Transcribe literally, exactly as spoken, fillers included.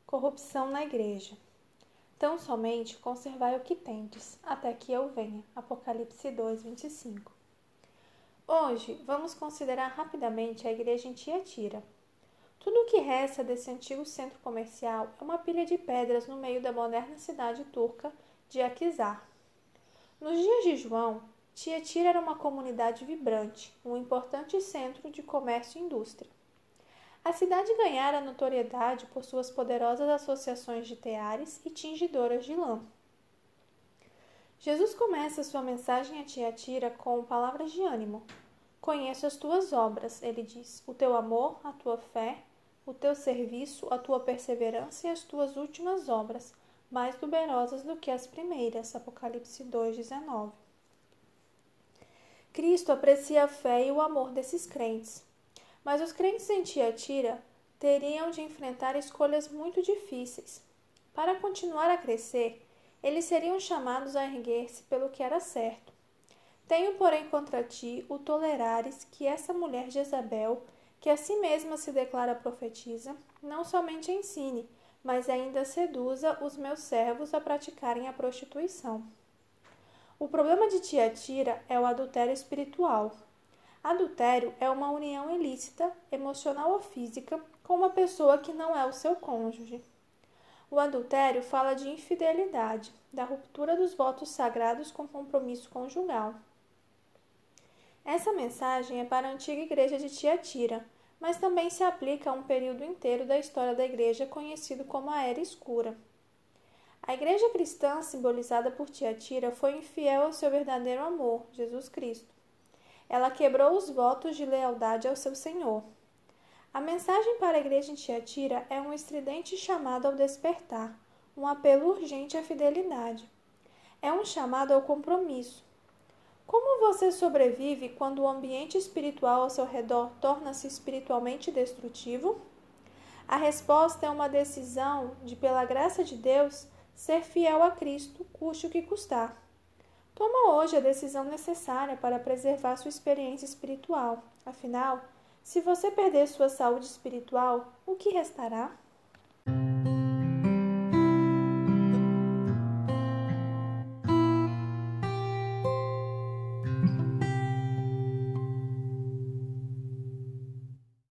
corrupção na igreja. Tão somente conservai o que tendes, até que eu venha. Apocalipse dois, vinte e cinco. Hoje, vamos considerar rapidamente a igreja em Tiatira. Tudo o que resta desse antigo centro comercial é uma pilha de pedras no meio da moderna cidade turca de Akhisar. Nos dias de João, Tiatira era uma comunidade vibrante, um importante centro de comércio e indústria. A cidade ganhara notoriedade por suas poderosas associações de teares e tingidoras de lã. Jesus começa sua mensagem a Tiatira com palavras de ânimo. Conheço as tuas obras, ele diz, o teu amor, a tua fé, o teu serviço, a tua perseverança e as tuas últimas obras, mais numerosas do que as primeiras. Apocalipse dois, dezenove. Cristo aprecia a fé e o amor desses crentes. Mas os crentes em Tiatira teriam de enfrentar escolhas muito difíceis. Para continuar a crescer, eles seriam chamados a erguer-se pelo que era certo. Tenho, porém, contra ti o tolerares que essa mulher Jezabel, que a si mesma se declara profetisa, não somente ensine, mas ainda seduza os meus servos a praticarem a prostituição. O problema de Tiatira é o adultério espiritual. Adultério é uma união ilícita, emocional ou física, com uma pessoa que não é o seu cônjuge. O adultério fala de infidelidade, da ruptura dos votos sagrados com compromisso conjugal. Essa mensagem é para a antiga igreja de Tiatira, mas também se aplica a um período inteiro da história da igreja conhecido como a Era Escura. A igreja cristã, simbolizada por Tiatira, foi infiel ao seu verdadeiro amor, Jesus Cristo. Ela quebrou os votos de lealdade ao seu Senhor. A mensagem para a igreja em Tiatira é um estridente chamado ao despertar, um apelo urgente à fidelidade. É um chamado ao compromisso. Como você sobrevive quando o ambiente espiritual ao seu redor torna-se espiritualmente destrutivo? A resposta é uma decisão de, pela graça de Deus, ser fiel a Cristo, custe o que custar. Toma hoje a decisão necessária para preservar sua experiência espiritual. Afinal, se você perder sua saúde espiritual, o que restará?